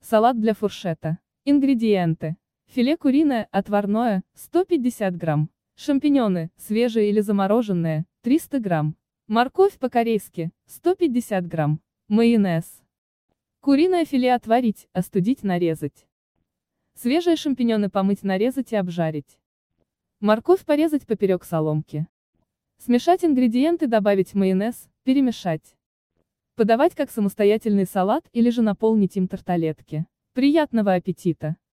Салат для фуршета. Ингредиенты. Филе куриное, отварное, 150 грамм. Шампиньоны, свежие или замороженные, 300 грамм. Морковь по-корейски, 150 грамм. Майонез. Куриное филе отварить, остудить, нарезать. Свежие шампиньоны помыть, нарезать и обжарить. Морковь порезать поперек соломки. Смешать ингредиенты, добавить майонез, перемешать. Подавать как самостоятельный салат или же наполнить им тарталетки. Приятного аппетита!